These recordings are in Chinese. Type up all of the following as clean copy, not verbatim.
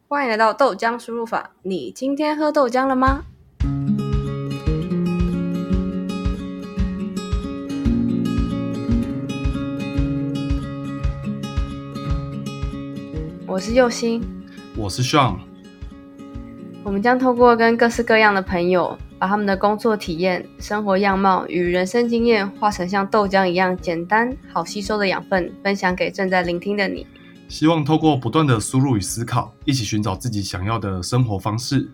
欢迎来到豆浆输入法，你今天喝豆浆了吗？我是佑星， 我是 Sean。 我们将透过跟各式各样的朋友，把他们的工作体验、生活样貌与人生经验化成像豆浆一样简单、好吸收的养分，分享给正在聆听的你。 希望透过不断的输入与思考，一起寻找自己想要的生活方式。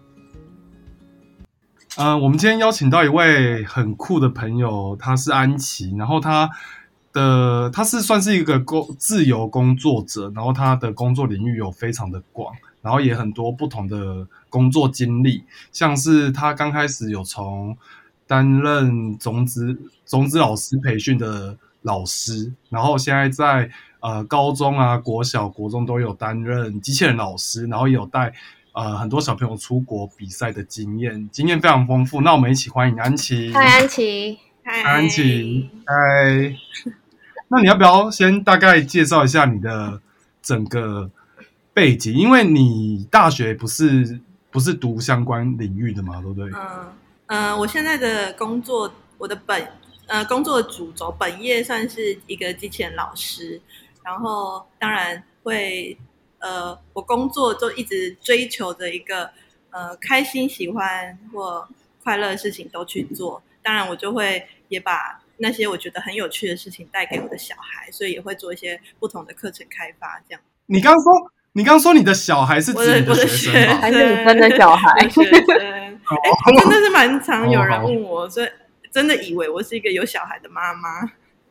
我们今天邀请到一位很酷的朋友，他是安琪，然后他是算是一个自由工作者，然后他的工作领域有非常的广，然后也很多不同的工作经历，像是他刚开始有从担任种子老师培训的老师，然后现在在高中啊、国小、国中都有担任机器人老师，然后也有带很多小朋友出国比赛的经验非常丰富。那我们一起欢迎安琪。 嗨，安琪。 嗨，安琪。嗨。那你要不要先大概介绍一下你的整个背景？因为你大学不是读相关领域的嘛，对不对？ 我现在的工作，我的工作的主轴本业算是一个机器人老师，然后当然会我工作就一直追求着一个开心、喜欢或快乐的事情都去做，当然我就会也把那些我觉得很有趣的事情带给我的小孩，所以也会做一些不同的课程开发。这样，你刚刚说你的小孩是指你的学生吗？ 还是你真的小孩？ 学生，真的是蛮常有人问我，所以真的以为我是一个有小孩的妈妈，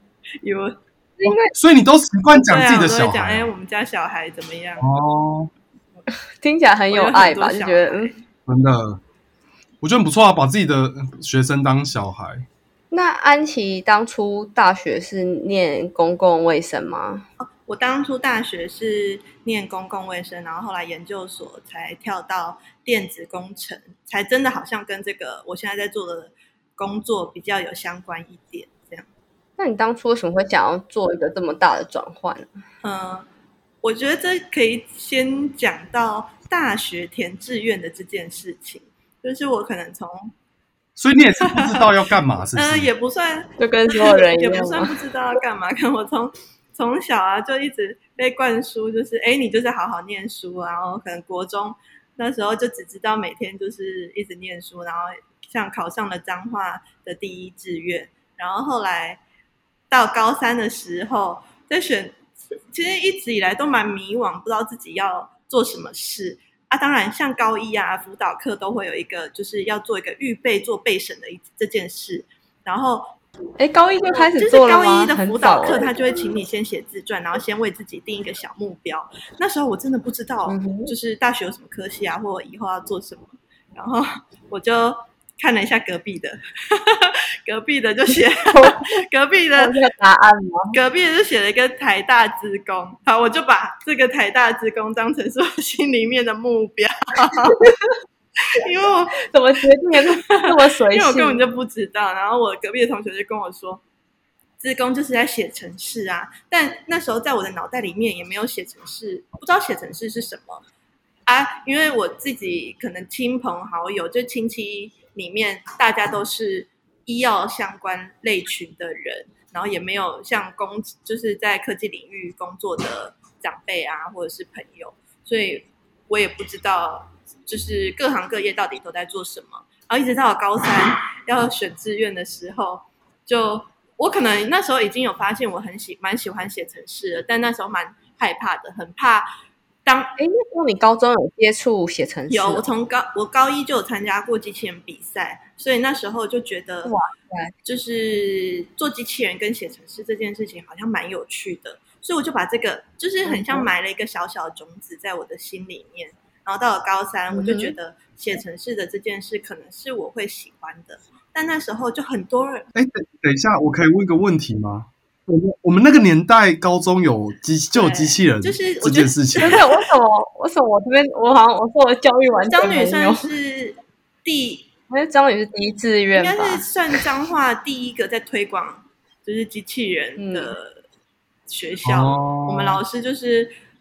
所以你都习惯讲自己的小孩， 讲我们家小孩怎么样？ 哦， 听起来很有爱吧？就觉得真的，我觉得很不错啊，把自己的学生当小孩。 那安琪当初大学是念公共卫生吗？ 我当初大学是念公共卫生，然后后来研究所才跳到电子工程，才真的好像跟这个我现在在做的工作比较有相关一点。这样， 那你当初为什么会想要做一个这么大的转换？ 我觉得这可以先讲到大学填志愿的这件事情，就是我可能所以你也是不知道要干嘛，是不是？ 也不算， 就跟所有人一样， 也不算不知道要干嘛。看我从小啊就一直被灌输，就是你就是好好念书啊，然后可能国中那时候就只知道每天就是一直念书，然后像考上了彰化的第一志愿，然后后来到高三的时候在选，其实一直以来都蛮迷惘，不知道自己要做什么事。当然像高一啊辅导课都会有一个就是要做一个预备做备审的这件事，然后高一就开始做了吗？ 就是高一的辅导课他就会请你先写自传，然后先为自己定一个小目标。那时候我真的不知道就是大学有什么科系啊，或以后要做什么，然后我就看了一下隔壁的隔壁的就写隔壁的答案吗？ 隔壁的就写了一个台大资工，好，我就把这个台大资工当成是我心里面的目标因为我怎么决定的这么随性？ 因为我根本就不知道，然后我隔壁的同学就跟我说资工就是在写程式啊，但那时候在我的脑袋里面也没有写程式，不知道写程式是什么因为我自己可能亲朋好友就亲戚里面大家都是医药相关类群的人，然后也没有像就是在科技领域工作的长辈啊或者是朋友，所以我也不知道就是各行各业到底都在做什么。然后一直到我高三要选志愿的时候，就我可能那时候已经有发现我蛮喜欢写程式了，但那时候蛮害怕的，很怕那时候你高中有接触写程式？ 有，我高一就有参加过机器人比赛，所以那时候就觉得就是做机器人跟写程式这件事情好像蛮有趣的，所以我就把这个就是很像埋了一个小小的种子在我的心里面。然后到了高三，我就觉得写程式的这件事可能是我会喜欢的，但那时候就很多人。 等一下，我可以问一个问题吗？我们那个年代高中就有机器人就是这件事情， 为什么我这边我好像我说我教育完张女算是张女是第一志愿吧， 应该是算彰化第一个在推广就是机器人的学校。我们老师就是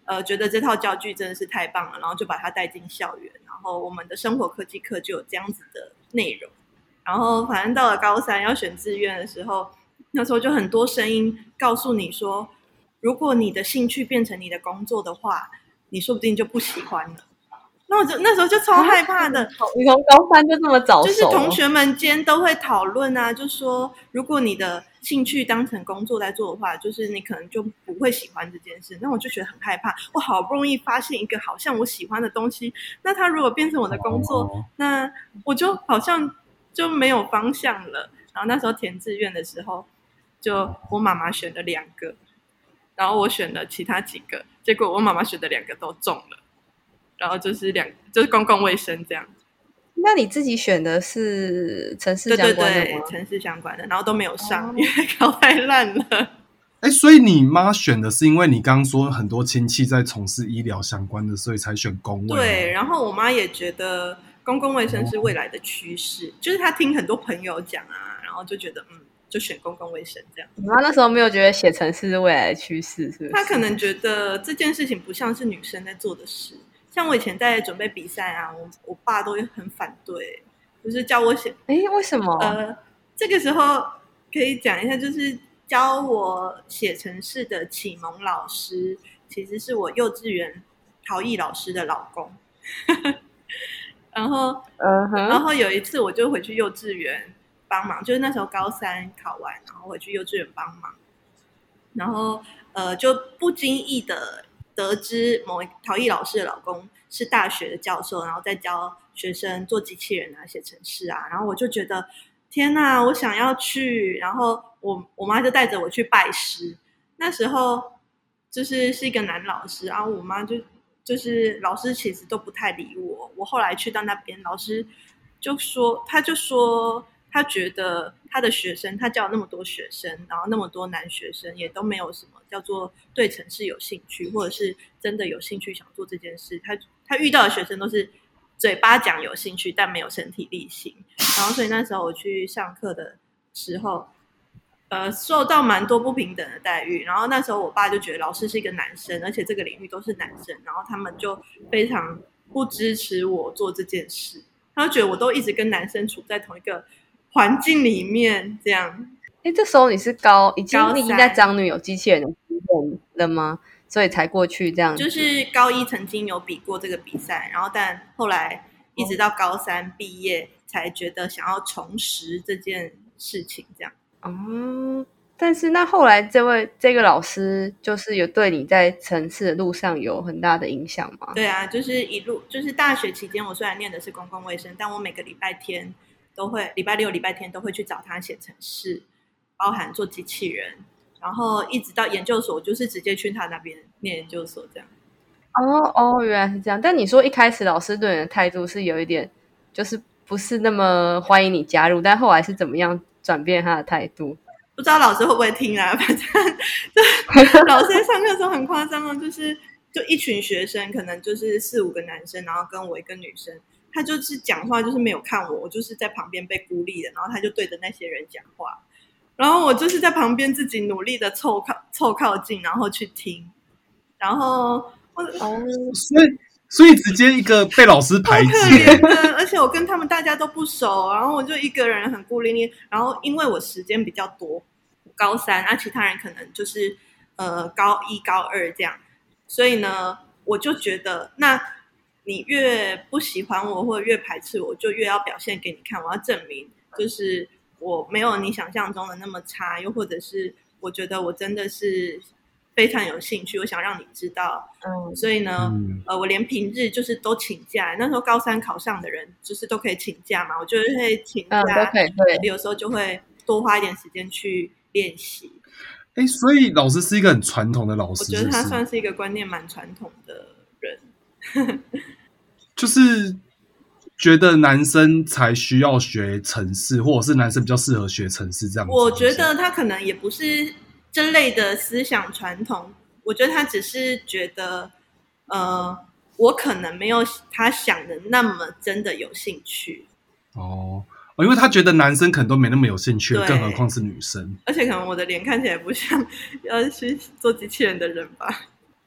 觉得这套教具真的是太棒了，然后就把它带进校园，然后我们的生活科技课就有这样子的内容。然后反正到了高三要选志愿的时候，那时候就很多声音告诉你说，如果你的兴趣变成你的工作的话，你说不定就不喜欢了。那时候就超害怕的。 你从高三就这么早熟？ 就是同学们间都会讨论啊，就说如果你的兴趣当成工作在做的话，就是你可能就不会喜欢这件事。那我就觉得很害怕，我好不容易发现一个好像我喜欢的东西，那它如果变成我的工作，那我就好像就没有方向了。然后那时候填志愿的时候，就我妈妈选了2个，然后我选了其他几个，结果我妈妈选的2个都中了。然后就是公共卫生这样。 那你自己选的是城市相关的吗？ 对，城市相关的，然后都没有上，因为考太烂了。 所以你妈选的是因为你刚刚说很多亲戚在从事医疗相关的，所以才选公卫。 对，然后我妈也觉得公共卫生是未来的趋势，就是她听很多朋友讲啊，然后就觉得就选公共卫生这样。 你妈那时候没有觉得写程式是未来的趋势，是不是？ 她可能觉得这件事情不像是女生在做的事。像我以前在准备比赛啊，我爸都很反对，就是教我写。 为什么？ 这个时候可以讲一下，就是教我写程式的启蒙老师，其实是我幼稚园陶艺老师的老公。然后有一次我就回去幼稚园帮忙，就是那时候高3考完，然后回去幼稚园帮忙，然后就不经意的得知某陶艺老师的老公是大学的教授，然后在教学生做机器人啊、写程式啊，然后我就觉得天哪，我想要去。然后我妈就带着我去拜师。那时候是一个男老师，然后我妈就是老师其实都不太理我。我后来去到那边，老师就说他觉得他的学生，他教了那么多学生，然后那么多男学生也都没有什么叫做对程式有兴趣，或者是真的有兴趣想做这件事。他遇到的学生都是嘴巴讲有兴趣，但没有身体力行。然后所以那时候我去上课的时候，受到蛮多不平等的待遇。然后那时候我爸就觉得老师是一个男生，而且这个领域都是男生，然后他们就非常不支持我做这件事。他就觉得我都一直跟男生处在同一个环境里面这样。 这时候你是已经在长女有机器人的经验了吗？所以才过去这样子。 就是高1曾经有比过这个比赛，然后但后来一直到高3毕业才觉得想要重拾这件事情这样。 但是那后来这个老师就是有对你在程式的路上有很大的影响吗？ 对啊，就是大学期间我虽然念的是公共卫生，但我每个礼拜天都会，礼拜6、礼拜天都会去找他写程式，包含做机器人，然后一直到研究所，就是直接去他那边念研究所这样。 原来是这样。但你说一开始老师对你的态度是有一点，就是不是那么欢迎你加入，但后来是怎么样转变他的态度？ 不知道老师会不会听啊？反正老师在上课的时候很夸张哦，就一群学生，可能就是4、5个男生，然后跟我一个女生，他就是讲话就是没有看我，我就是在旁边被孤立的，然后他就对着那些人讲话，然后我就是在旁边自己努力的凑靠近，然后去听，然后所以直接一个被老师排挤， 好可怜的。而且我跟他们大家都不熟，然后我就一个人很孤零零。然后因为我时间比较多，高3，其他人可能就是高1、高2这样，所以呢，我就觉得，那你越不喜欢我或者越排斥我，就越要表现给你看，我要证明就是我没有你想象中的那么差，又或者是我觉得我真的是非常有兴趣，我想让你知道。所以呢，我连平日就是都请假。那时候高3考上的人就是都可以请假嘛，我就会请假，有时候就会多花一点时间去练习。 所以老师是一个很传统的老师， 我觉得他算是一个观念蛮传统的人， 就是觉得男生才需要学程式，或者是男生比较适合学程式这样子。 我觉得他可能也不是这类的思想传统，我觉得他只是觉得我可能没有他想的那么真的有兴趣。 因为他觉得男生可能都没那么有兴趣，更何况是女生。 而且可能我的脸看起来不像要去做机器人的人吧。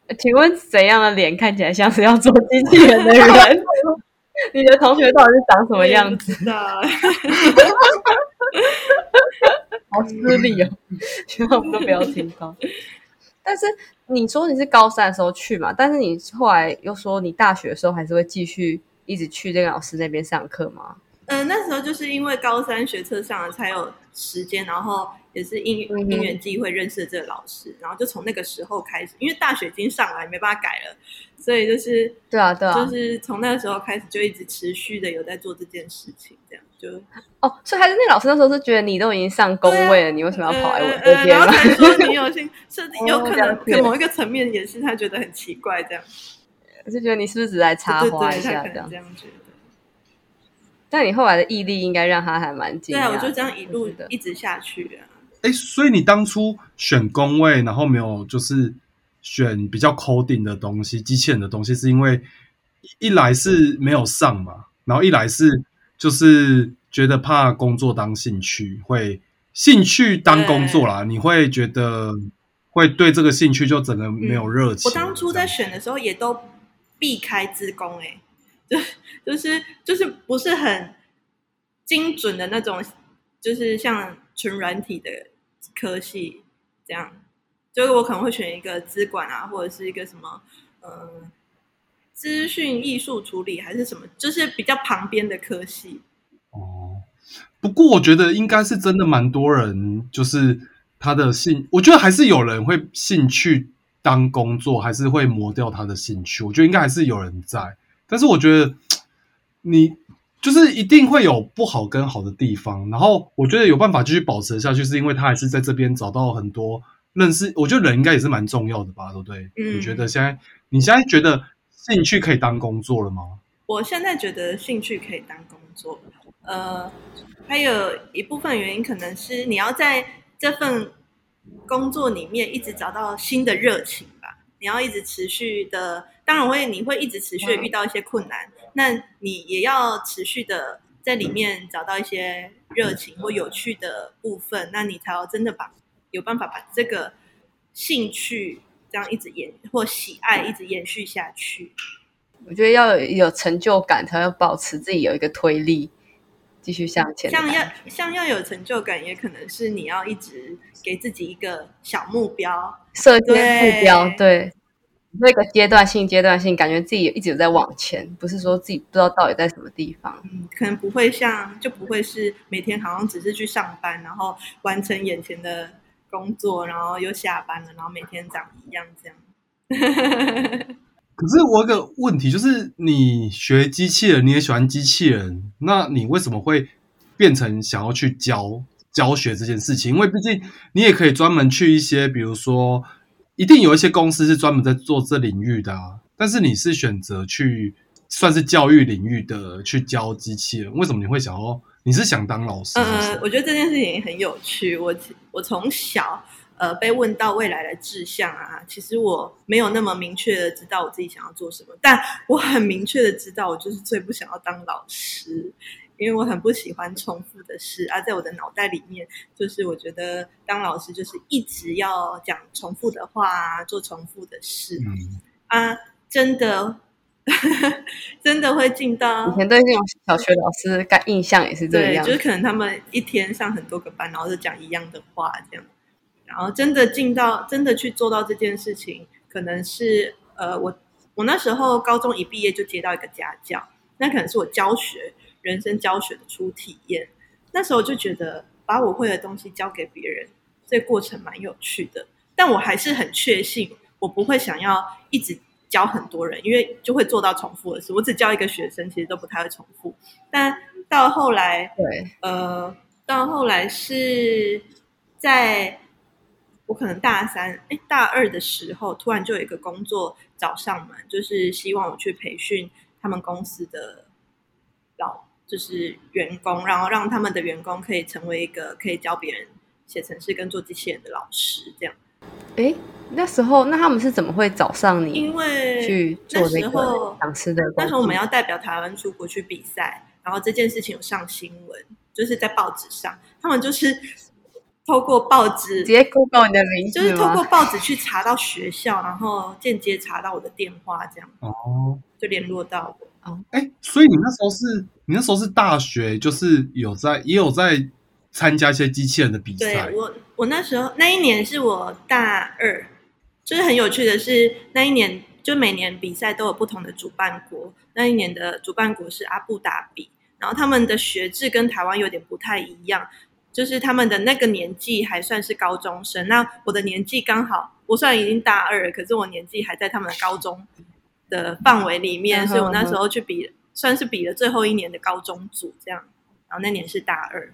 请问怎样的脸看起来像是要做机器人的人？你的同学到底是长什么样子？ 不知道好失礼哦，希望我们都不要听到。但是你说你是高三的时候去嘛？但是你后来又说你大学的时候还是会继续一直去这个老师那边上课吗？ 那时候就是因为高三学测上了才有时间，然后也是因缘际会认识了这个老师，然后就从那个时候开始，因为大学已经上来没办法改了，所以就是对啊， 就是从那个时候开始就一直持续的有在做这件事情，这样就所以还是那老师那时候是觉得你都已经上公位了，你为什么要跑来我这边？ 然后才说你有兴趣，有可能某一个层面也是他觉得很奇怪这样， 我就觉得你是不是只来插花一下这样觉得。 但你后来的毅力应该让他还蛮惊讶的。 对啊，我就这样一路一直下去啊。 所以你当初选工位，然后没有就是选比较 coding 的东西、机器人的东西，是因为一来是没有上嘛，然后一来是就是觉得怕工作当兴趣，会兴趣当工作啦，你会觉得会对这个兴趣就整个没有热情。 我当初在选的时候也都避开资工就是不是很精准的那种，就是像纯软体的科系这样，就是我可能会选一个资管啊，或者是一个什么资讯艺术处理还是什么，就是比较旁边的科系。 不过我觉得应该是真的蛮多人，就是他的我觉得还是有人会兴趣当工作，还是会磨掉他的兴趣。我觉得应该还是有人在，但是我觉得你就是一定会有不好跟好的地方，然后我觉得有办法继续保持下去，是因为他还是在这边找到很多认识。我觉得人应该也是蛮重要的吧，对不对？你觉得你现在觉得兴趣可以当工作了吗？ 我现在觉得兴趣可以当工作，还有一部分原因可能是你要在这份工作里面一直找到新的热情吧。你要一直持续的，当然你会一直持续的遇到一些困难，那你也要持续的在里面找到一些热情或有趣的部分，那你才要真的有办法把这个兴趣这样一直或喜爱一直延续下去。 我觉得要有成就感，才会保持自己有一个推力，继续向前。 像要有成就感，也可能是你要一直给自己一个小目标， 设定目标，对，做一个阶段性，感觉自己一直有在往前，不是说自己不知道到底在什么地方。 可能不会是每天好像只是去上班，然后完成眼前的工作，然后又下班了，然后每天长一样这样。 可是我有个问题，就是你学机器人，你也喜欢机器人，那你为什么会变成想要去教学这件事情？因为毕竟你也可以专门去一些，比如说，一定有一些公司是专门在做这领域的啊，但是你是选择去算是教育领域的去教机器人，为什么你会你是想当老师？ 我觉得这件事情很有趣。我从小被问到未来的志向啊，其实我没有那么明确的知道我自己想要做什么，但我很明确的知道我就是最不想要当老师，因为我很不喜欢重复的事啊，在我的脑袋里面，就是我觉得当老师就是一直要讲重复的话，做重复的事，真的真的会进到以前对那种小学老师印象也是这样， 对，就是可能他们一天上很多个班，然后就讲一样的话这样。然后真的去做到这件事情，可能是我那时候高中一毕业就接到一个家教，那可能是我人生教学的初体验。那时候就觉得把我会的东西教给别人，这个过程蛮有趣的。但我还是很确信，我不会想要一直教很多人，因为就会做到重复的事。我只教一个学生，其实都不太会重复。但到后来，到后来是在我可能大二的时候，突然就有一个工作找上门，就是希望我去培训他们公司的就是员工，然后让他们的员工可以成为一个可以教别人写程式跟做机器人的老师，这样。 那时候那他们是怎么会找上你？ 因为去做这个讲师的工作。 那时候我们要代表台湾出国去比赛，然后这件事情有上新闻，就是在报纸上，他们就是透过报纸直接 Google 你的名字吗？ 就是透过报纸去查到学校，然后间接查到我的电话，这样就联络到我。 所以你那时候是大学，就是也有在参加一些机器人的比赛。 对，我那时候那一年是我大二，就是很有趣的是那一年就每年比赛都有不同的主办国，那一年的主办国是阿布达比，然后他们的学制跟台湾有点不太一样。就是他们的那个年纪还算是高中生，那我的年纪刚好，我虽然已经大二了，可是我年纪还在他们的高中的范围里面，所以我那时候去比，算是比了最后一年的高中组这样，然后那年是大二。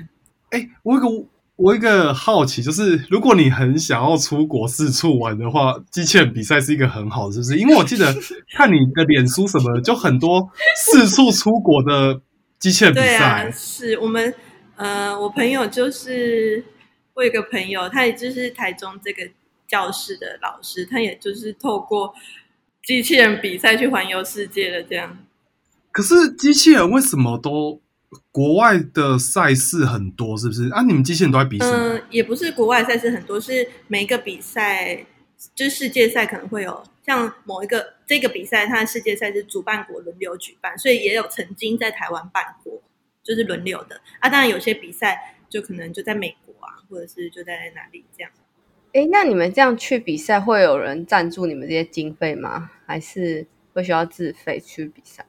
我有一个好奇，就是如果你很想要出国四处玩的话，机器人比赛是一个很好的，是不是？因为我记得看你的脸书什么的，就很多四处出国的机器人比赛。 对啊，是我们我朋友就是我有一个朋友，他也就是台中这个教室的老师，他也就是透过机器人比赛去环游世界了这样。 可是机器人为什么都国外的赛事很多，是不是啊？你们机器人都在比什么？ 也不是国外赛事很多，是每一个比赛，就是世界赛可能会有像某一个这个比赛，它的世界赛是主办国轮流举办，所以也有曾经在台湾办过，就是轮流的啊。当然有些比赛就可能就在美国啊，或者是就在哪里这样。 那你们这样去比赛，会有人赞助你们这些经费吗？还是会需要自费去比赛？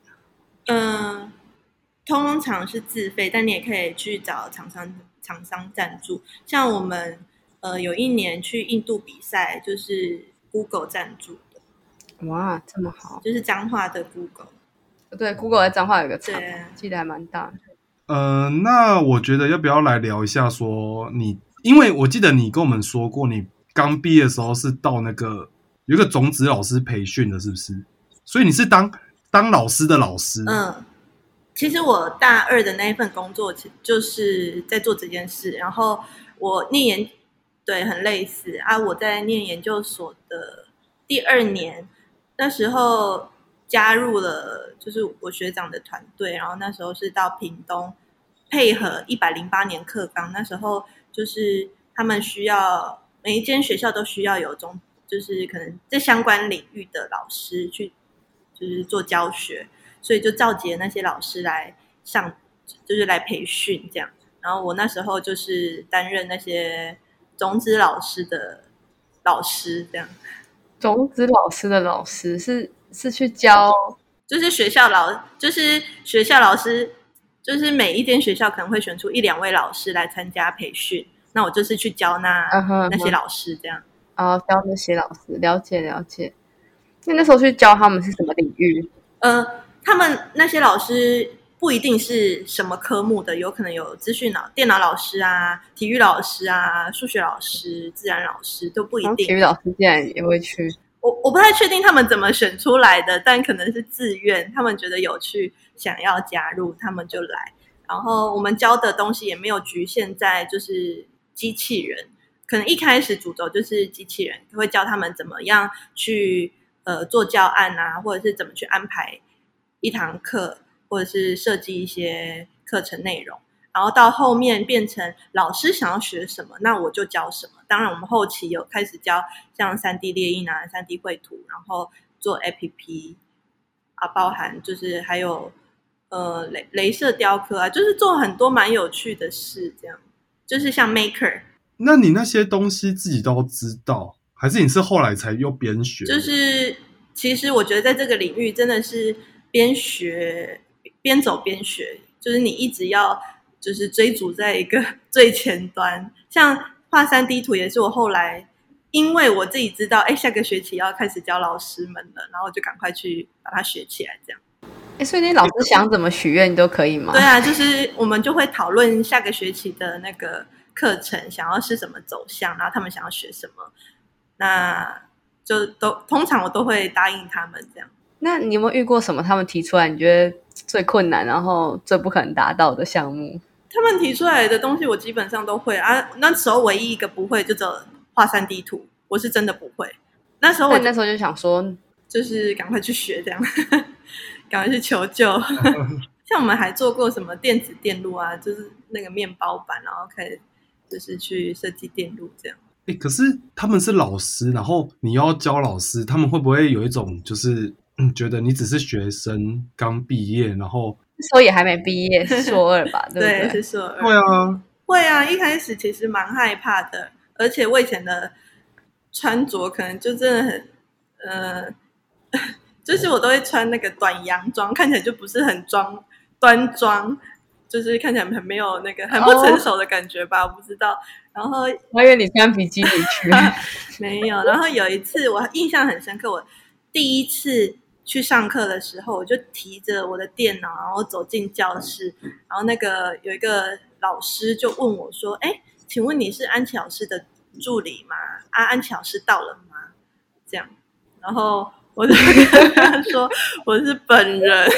通常是自费，但你也可以去找厂商赞助。像我们有一年去印度比赛，就是 Google 赞助的。 哇，这么好！ 就是彰化的 Google。 对 ，Google 在彰化有个厂， 对啊， 记得还蛮大的。 那我觉得要不要来聊一下说你，因为我记得你跟我们说过，你刚毕业的时候是到那个有一个种子老师培训的，是不是？所以你是当老师的老师。 其实我大二的那一份工作就是在做这件事，然后我对，很类似啊。我在念研究所的第二年，那时候加入了就是我学长的团队，然后那时候是到屏东配合108年课纲，那时候就是他们需要每一间学校都需要有就是可能这相关领域的老师去就是做教学。所以就召集那些老师来就是来培训这样。然后我那时候就是担任那些种子老师的老师这样。 种子老师的老师是去教， 就是学校老师，就是每一间学校可能会选出1-2位老师来参加培训。那我就是去教那些老师这样。 教那些老师，了解。那时候去教他们是什么领域？ 他们那些老师不一定是什么科目的，有可能有电脑老师啊、体育老师啊、数学老师、自然老师都不一定。 体育老师竟然也会去？ 我不太确定他们怎么选出来的，但可能是自愿，他们觉得有趣，想要加入，他们就来。然后我们教的东西也没有局限在就是机器人，可能一开始主轴就是机器人，会教他们怎么样去做教案啊，或者是怎么去安排一堂课，或者是设计一些课程内容，然后到后面变成老师想要学什么，那我就教什么。当然我们后期有开始教像 3D 列印啊、3D 绘图，然后做 APP 啊，包含就是还有雷射雕刻啊，就是做很多蛮有趣的事这样，就是像 Maker。 那你那些东西自己都知道，还是你是后来才又边学？ 就是其实我觉得在这个领域真的是边学边走边学，就是你一直要就是追逐在一个最前端。像画 3D 图也是我后来因为我自己知道下个学期要开始教老师们了，然后我就赶快去把它学起来这样。 所以那老师想怎么许愿你都可以吗？ 对啊，就是我们就会讨论下个学期的那个课程想要是什么走向，然后他们想要学什么，那就通常我都会答应他们这样。 那你有没有遇过什么他们提出来你觉得最困难然后最不可能达到的项目？ 他们提出来的东西我基本上都会啊。那时候唯一一个不会就只有画 3D 图，我是真的不会。那时候就想说就是赶快去学这样赶快去求救像我们还做过什么电子电路啊，就是那个面包板，然后可以就是去设计电路这样。 可是他们是老师，然后你又要教老师，他们会不会有一种就是觉得你只是学生刚毕业，然后那时候也还没毕业，是硕二吧？对不对？ 对，是硕二。 会啊， 会啊，一开始其实蛮害怕的，而且我以前的穿着可能就真的很就是我都会穿那个短洋装，看起来就不是很端庄，就是看起来很没有那个很不成熟的感觉吧，我不知道。然后我以为你穿比基尼去。 没有。然后有一次我印象很深刻，我第一次去上课的时候，我就提着我的电脑，然后走进教室，然后那个有一个老师就问我说：“哎，请问你是安琪老师的助理吗？啊，安琪老师到了吗？”这样，然后我就跟他说我是本人，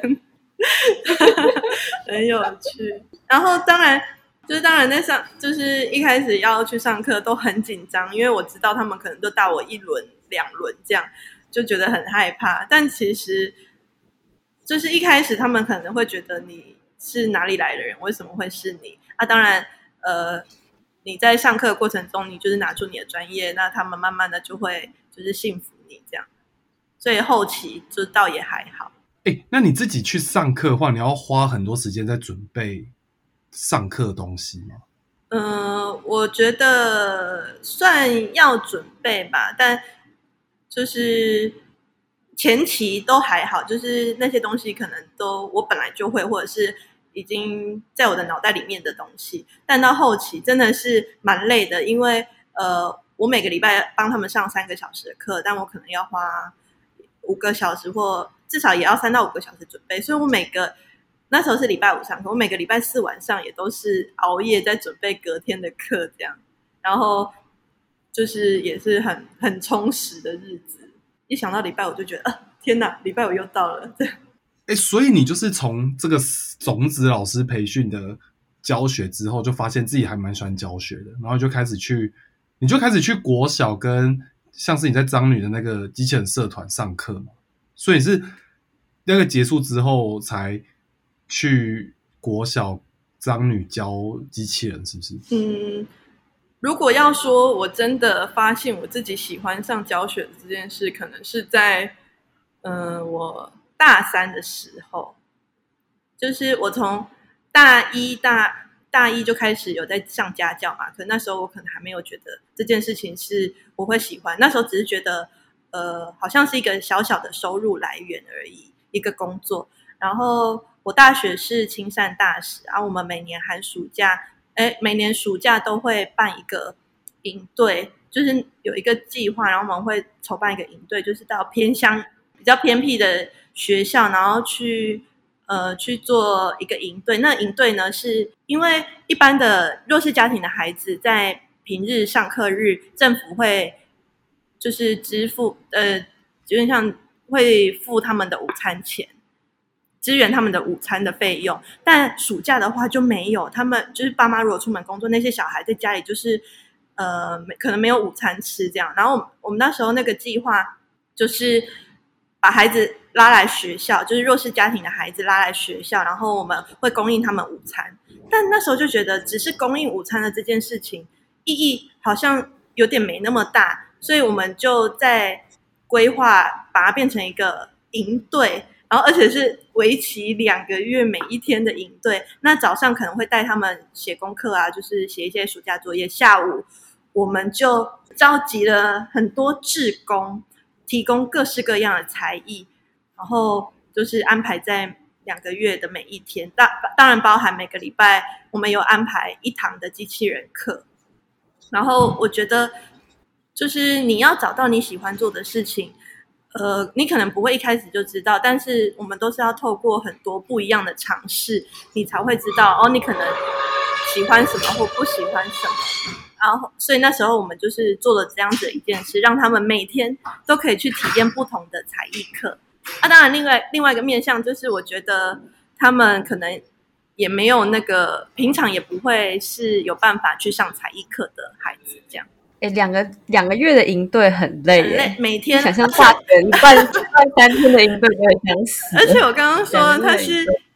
很有趣。然后当然在就是一开始要去上课都很紧张，因为我知道他们可能都大我1轮2轮这样，就觉得很害怕。但其实就是一开始他们可能会觉得你是哪里来的人，为什么会是你啊？当然你在上课的过程中你就是拿出你的专业，那他们慢慢的就会就是信服你这样，所以后期就倒也还好。 那你自己去上课的话，你要花很多时间在准备上课的东西吗？ 我觉得算要准备吧，但就是前期都还好，就是那些东西可能都我本来就会，或者是已经在我的脑袋里面的东西。但到后期真的是蛮累的，因为我每个礼拜帮他们上3个小时的课，但我可能要花5个小时，或至少也要3到5个小时准备，所以我那时候是礼拜5上课，我每个礼拜4晚上也都是熬夜在准备隔天的课这样，然后就是也是很充实的日子。一想到礼拜5就觉得天哪，礼拜5又到了。 所以你就是从这个种子老师培训的教学之后，就发现自己还蛮喜欢教学的，然后你就开始去国小跟像是你在彰女的那个机器人社团上课嘛，所以是那个结束之后才去国小彰女教机器人，是不是？ 如果要说我真的发现我自己喜欢上教学的这件事，可能是在我大3的时候，就是我从大一就开始有在上家教嘛，可那时候我可能还没有觉得这件事情是我会喜欢，那时候只是觉得好像是一个小小的收入来源而已，一个工作。然后我大学是亲善大使，然后我们每年暑假都会办一个营队，就是有一个计划，然后我们会筹办一个营队，就是到偏乡比较偏僻的学校，然后去做一个营队。那营队呢，是因为一般的弱势家庭的孩子在平日上课日，政府会就是支付有点像会付他们的午餐钱，支援他们的午餐的费用。但暑假的话就没有，他们就是爸妈如果出门工作，那些小孩在家里就是可能没有午餐吃这样。然后我们那时候那个计划就是把孩子拉来学校，就是弱势家庭的孩子拉来学校，然后我们会供应他们午餐。但那时候就觉得只是供应午餐的这件事情意义好像有点没那么大，所以我们就在规划把它变成一个营队，然后而且是为期2个月每一天的营队。那早上可能会带他们写功课啊，就是写一些暑假作业，下午我们就召集了很多志工，提供各式各样的才艺，然后就是安排在2个月的每一天，当然包含每个礼拜我们有安排1堂的机器人课。然后我觉得就是你要找到你喜欢做的事情，你可能不会一开始就知道，但是我们都是要透过很多不一样的尝试，你才会知道你可能喜欢什么或不喜欢什么。然后所以那时候我们就是做了这样子的一件事，让他们每天都可以去体验不同的才艺课。当然另外一个面向就是我觉得他们可能也没有那个平常也不会是有办法去上才艺课的孩子这样。 2个月的营队很累耶， 每天想象大学办3天的营队就很想死。 而且我刚刚说它是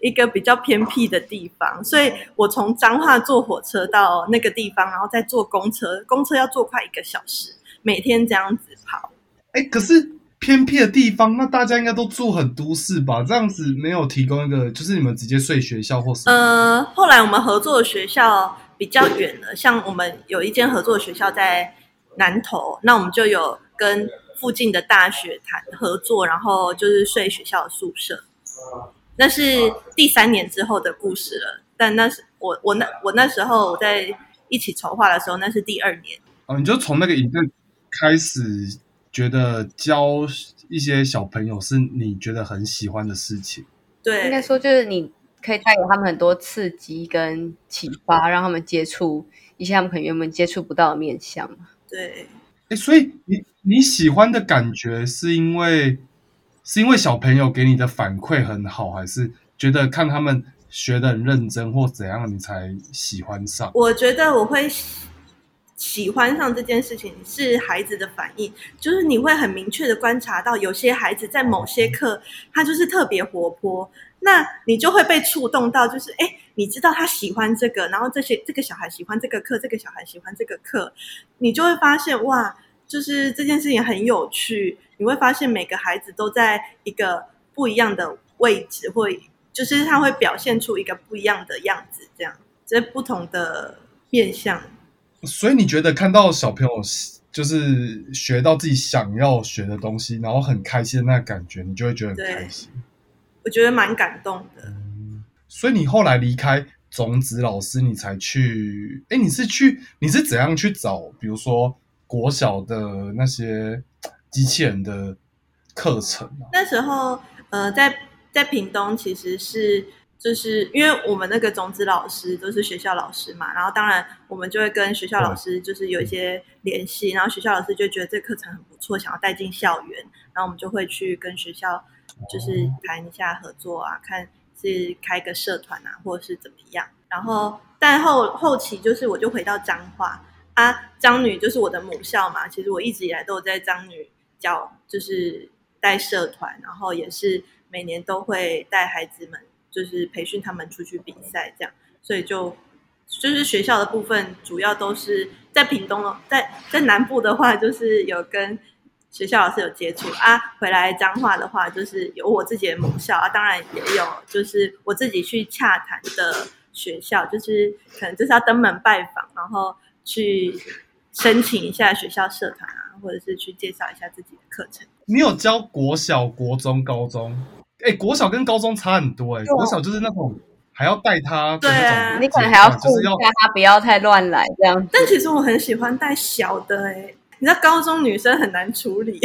一个比较偏僻的地方，所以我从彰化坐火车到那个地方，然后再坐公车，公车要坐快1个小时，每天这样子跑。 可是偏僻的地方，那大家应该都住很都市吧？这样子没有提供一个，就是你们直接睡学校或什么？ 后来我们合作的学校比较远了，像我们有一间合作的学校在南投，那我们就有跟附近的大学谈合作，然后就是睡学校的宿舍。那是第3年之后的故事了，但那是我那时候我在一起筹划的时候，那是第2年。 你就从那个影片开始觉得教一些小朋友是你觉得很喜欢的事情。 对， 应该说就是你可以带给他们很多刺激跟启发，让他们接触一些他们可能原本接触不到的面向。 对， 所以你喜欢的感觉是因为小朋友给你的反馈很好，还是觉得看他们学得很认真或怎样你才喜欢上？ 我觉得我会喜欢上这件事情是孩子的反应，就是你会很明确的观察到有些孩子在某些课他就是特别活泼，那你就会被触动到，就是你知道他喜欢这个，然后这个小孩喜欢这个课，这个小孩喜欢这个课，你就会发现哇，就是这件事情很有趣，你会发现每个孩子都在一个不一样的位置，或就是他会表现出一个不一样的样子，这不同的面向。 所以你觉得看到小朋友就是学到自己想要学的东西，然后很开心的那个感觉，你就会觉得很开心。 我觉得蛮感动的。 所以你后来离开种子老师，你才去，你是怎样去找，比如说国小的那些机器人的课程啊？ 那时候在屏东其实是就是因为我们那个种子老师都是学校老师嘛，然后当然我们就会跟学校老师就是有一些联系，然后学校老师就觉得这个课程很不错，想要带进校园，然后我们就会去跟学校就是谈一下合作啊，看是开个社团啊，或者是怎么样。然后但后期就是我就回到彰化啊，彰女就是我的母校嘛，其实我一直以来都有在彰女就是带社团，然后也是每年都会带孩子们，就是培训他们出去比赛这样，所以就是学校的部分主要都是在屏东，在南部的话就是有跟学校老师有接触啊，回来彰化的话就是有我自己的母校啊，当然也有就是我自己去洽谈的学校，就是可能就是要登门拜访，然后去申请一下学校社团啊，或者是去介绍一下自己的课程。 你有教国小、国中、高中？国小跟高中差很多国小就是那种还要带他的那种， 你可能还要顾一下他不要太乱来这样子。 但其实我很喜欢带小的你知道高中女生很难处理。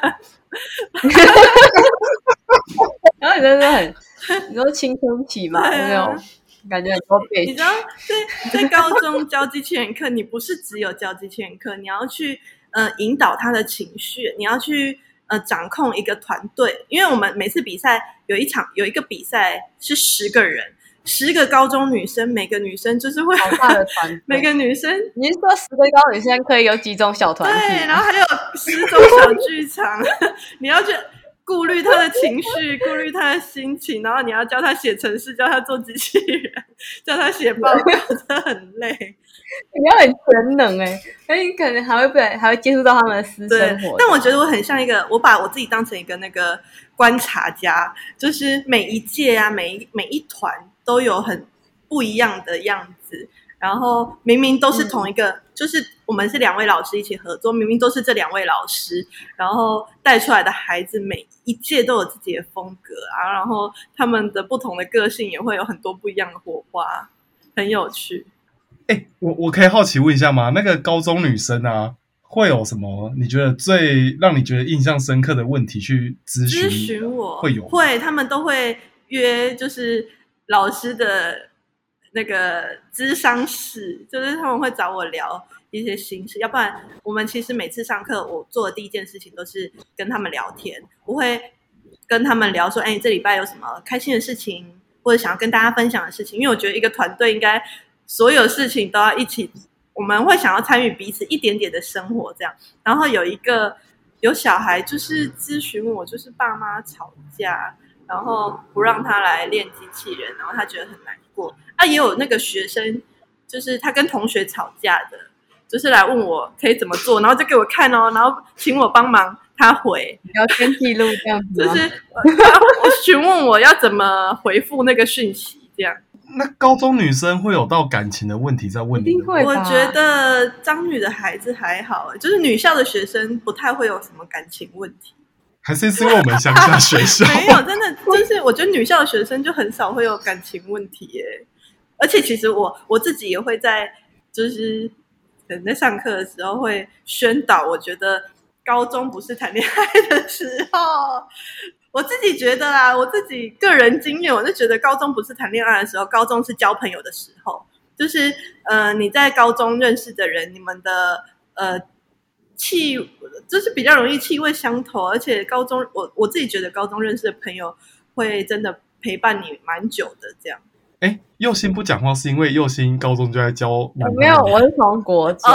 然后你真的很，你说青春期嘛，那种感觉很多背景。 你知道，在高中教机器人课，你不是只有教机器人课，你要去引导他的情绪，你要去掌控一个团队，因为我们每次比赛有一个比赛是10个人。10个高中女生，每个女生就是会好大的团队， 每个女生， 你是说10个高中女生可以有几种小团体？ 对，然后还有10种小剧场，你要去顾虑她的情绪，顾虑她的心情，然后你要教她写程式，教她做机器人，教她写报告，真的很累。 你要很全能你可能还会接触到他们的私生活。 但我觉得我很像我把我自己当成一个那个观察家，就是每一届啊，每一团都有很不一样的样子，然后明明都是同一个，就是我们是2位老师一起合作，明明都是这2位老师，然后带出来的孩子每一届都有自己的风格啊，然后他们的不同的个性也会有很多不一样的火花，很有趣。 我可以好奇问一下吗？那个高中女生啊，会有什么你觉得最让你觉得印象深刻的问题去咨询我？ 会， 他们都会约，就是老师的那个咨商室，就是他们会找我聊一些心事，要不然我们其实每次上课，我做的第一件事情都是跟他们聊天，我会跟他们聊说，这礼拜有什么开心的事情，或者想要跟大家分享的事情，因为我觉得一个团队应该所有事情都要一起，我们会想要参与彼此一点点的生活这样。然后有小孩就是咨询我，就是爸妈吵架， 然后不让他来练机器人，然后他觉得很难过。也有那个学生，就是他跟同学吵架的，就是来问我可以怎么做，然后就给我看哦，然后请我帮忙他回聊天记录这样子吗？ 就是询问我要怎么回复那个讯息这样。 那高中女生会有到感情的问题在问你的吗？ 一定会吧。 我觉得彰女的孩子还好，就是女校的学生不太会有什么感情问题。 还是因为我们乡下学校没有，真的就是我觉得女校的学生就很少会有感情问题耶。而且其实我自己也会在就是可能在上课的时候会宣导，我觉得高中不是谈恋爱的时候。我自己觉得啦，我自己个人经验，我就觉得高中不是谈恋爱的时候，高中是交朋友的时候。就是你在高中认识的人，你们的就是比较容易气味相投，而且高中我自己觉得高中认识的朋友会真的陪伴你蛮久的这样。 佑星不讲话是因为佑星高中就在交男朋友？ 没有，我是从国中。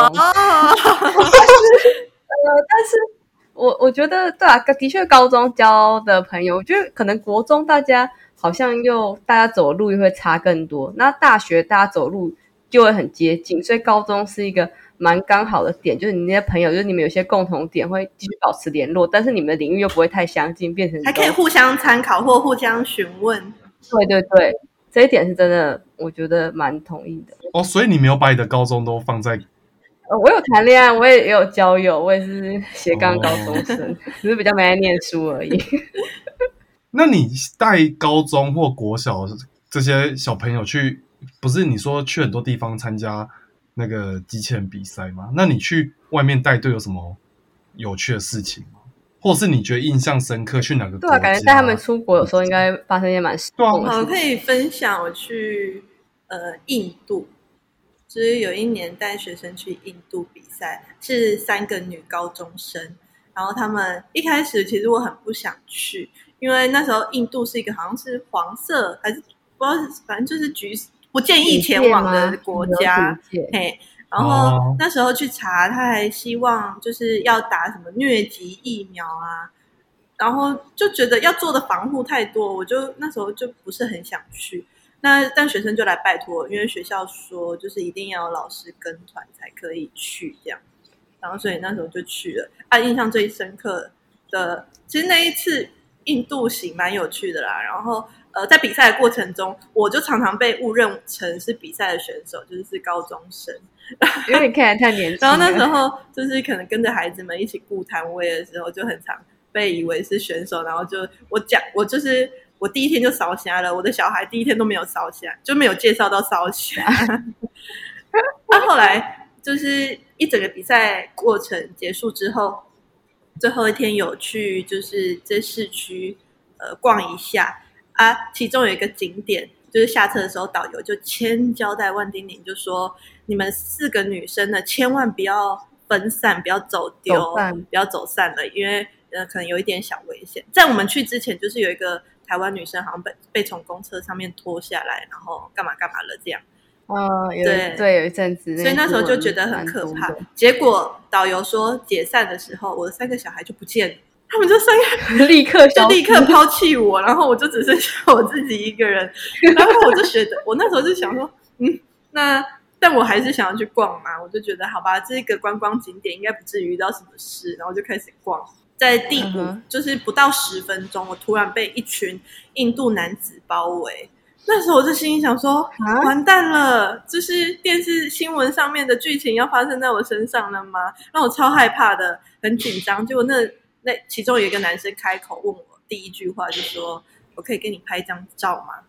但是我觉得对啊，的确高中交的朋友，我觉得可能国中大家好像大家走的路又会差更多，那大学大家走路就会很接近，所以高中是一个蛮刚好的点，就是你那些朋友，就是你们有些共同点会继续保持联络，但是你们的领域又不会太相近，变成还可以互相参考或互相询问。 对对对，这一点是真的，我觉得蛮同意的。 哦，所以你没有把你的高中都放在我有谈恋爱，我也有交友，我也是斜杠高中生，只是比较没在念书而已。 那你带高中或国小这些小朋友去，不是你说去很多地方参加那个机器人比赛吗？那你去外面带队有什么有趣的事情吗？或者是你觉得印象深刻去哪个国家？ 对啊，感觉带他们出国有时候应该发生一些蛮失控的事情。 我可以分享我去印度，就是有一年带学生去印度比赛，是3个女高中生，然后他们一开始其实我很不想去，因为那时候印度是一个好像是黄色还是不知道，反正就是不建议前往的国家。嘿，然后那时候去查，他还希望就是要打什么疟疾疫苗啊，然后就觉得要做的防护太多，我就那时候就不是很想去。但学生就来拜托，因为学校说就是一定要有老师跟团才可以去这样，然后所以那时候就去了。印象最深刻的，其实那一次印度行蛮有趣的啦。然后在比赛的过程中，我就常常被误认成是比赛的选手，就是高中生， 因为你看起来太年轻了。 然后那时候就是可能跟着孩子们一起顾摊位的时候，就很常被以为是选手，然后就我第一天就烧瞎了，我的小孩第一天都没有烧瞎，就没有介绍到烧瞎。后来就是一整个比赛过程结束之后，最后一天有去就是在市区逛一下其中有一个景点，就是下车的时候导游就千交代万叮咛，就说你们4个女生呢千万不要分散，不要走丢，不要走散了，因为可能有一点小危险。在我们去之前，就是有一个台湾女生好像被从公车上面拖下来，然后干嘛干嘛了这样。 对，有一阵子， 所以那时候就觉得很可怕。结果导游说解散的时候，我的3个小孩就不见了，他们就3个立刻抛弃我，然后我就只剩下我自己一个人。然后我就觉得，我那时候就想说，但我还是想要去逛嘛，我就觉得好吧，这个观光景点应该不至于遇到什么事，然后就开始逛。在第5就是不到10分钟，我突然被一群印度男子包围。那时候我就心里想说，完蛋了，就是电视新闻上面的剧情要发生在我身上了吗？让我超害怕的，很紧张。结果那其中有一个男生开口问我第一句话就说：“我可以跟你拍一张照吗？”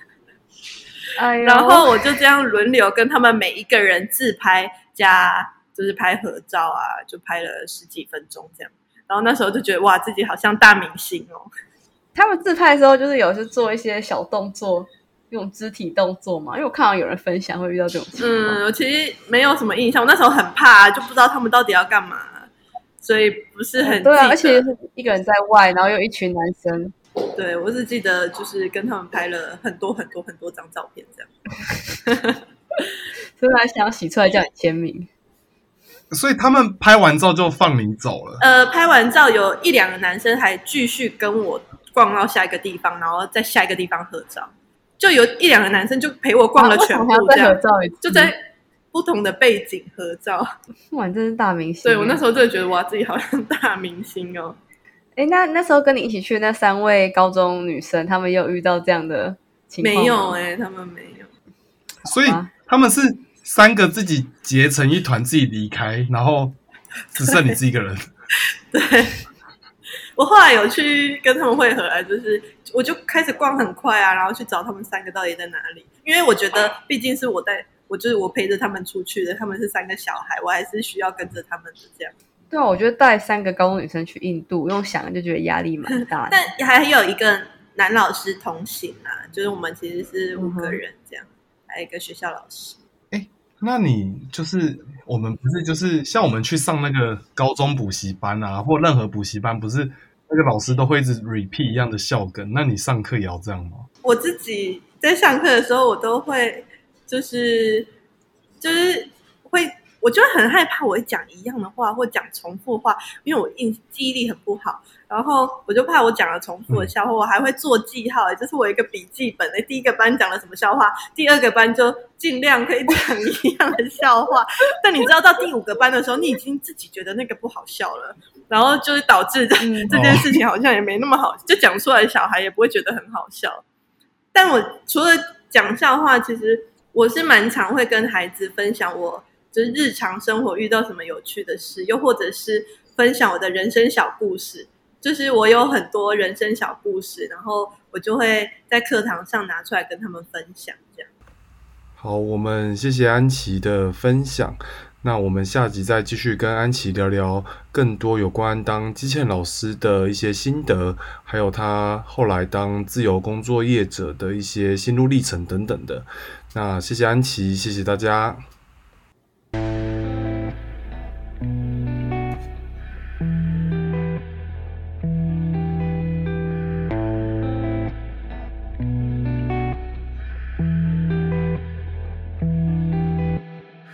然后我就这样轮流跟他们每一个人自拍加就是拍合照啊，就拍了10几分钟这样。然后那时候就觉得哇，自己好像大明星哦。 他们自拍的时候就是有做一些小动作，用肢体动作嘛，因为我看到有人分享会遇到这种情况。 我其实没有什么印象，我那时候很怕，就不知道他们到底要干嘛，所以不是很记得。 对啊，而且是一个人在外，然后有一群男生。 对，我是记得就是跟他们拍了很多很多很多张照片这样。 所以还想要洗出来叫你签名。 所以他们拍完照就放你走了。 拍完照有1-2个男生还继续跟我逛到下一个地方，然后在下一个地方合照。就有1、2个男生就陪我逛了全部，这样就在不同的背景合照。 哇，真是大明星！ 对，我那时候真的觉得哇，自己好像大明星哦。 那时候跟你一起去的那3位高中女生，她们有遇到这样的情况吗？ 没有他们没有。 所以他们是3个自己结成一团，自己离开，然后只剩你自己一个人。 对，我后来有去跟他们会合啊，就是我就开始逛很快啊，然后去找他们3个到底在哪里，因为我觉得毕竟是就是我陪着他们出去的，他们是3个小孩，我还是需要跟着他们的这样。 对啊，我觉得带3个高中女生去印度，用想就觉得压力蛮大的。 但还有一个男老师同行啊，就是我们其实是5个人这样，还有一个学校老师。 那你就是我们不是就是像我们去上那个高中补习班啊，或任何补习班，不是那个老师都会一直 repeat 一样的校梗？那你上课也要这样吗？ 我自己在上课的时候，我都会就是会，我就很害怕我会讲一样的话或讲重复话，因为我记忆力很不好，然后我就怕我讲了重复的笑话，我还会做记号，就是我有一个笔记本，第1个班讲了什么笑话，第2个班就尽量可以讲一样的笑话，但你知道到第5个班的时候，你已经自己觉得那个不好笑了，然后就是导致这件事情好像也没那么好，就讲出来的小孩也不会觉得很好笑。但我除了讲笑话，其实我是蛮常会跟孩子分享我就是日常生活遇到什么有趣的事，又或者是分享我的人生小故事。就是我有很多人生小故事，然后我就会在课堂上拿出来跟他们分享这样。 好，我们谢谢安琪的分享。那我们下集再继续跟安琪聊聊更多有关当机器人老师的一些心得，还有他后来当自由工作业者的一些心路历程等等的。那谢谢安琪，谢谢大家。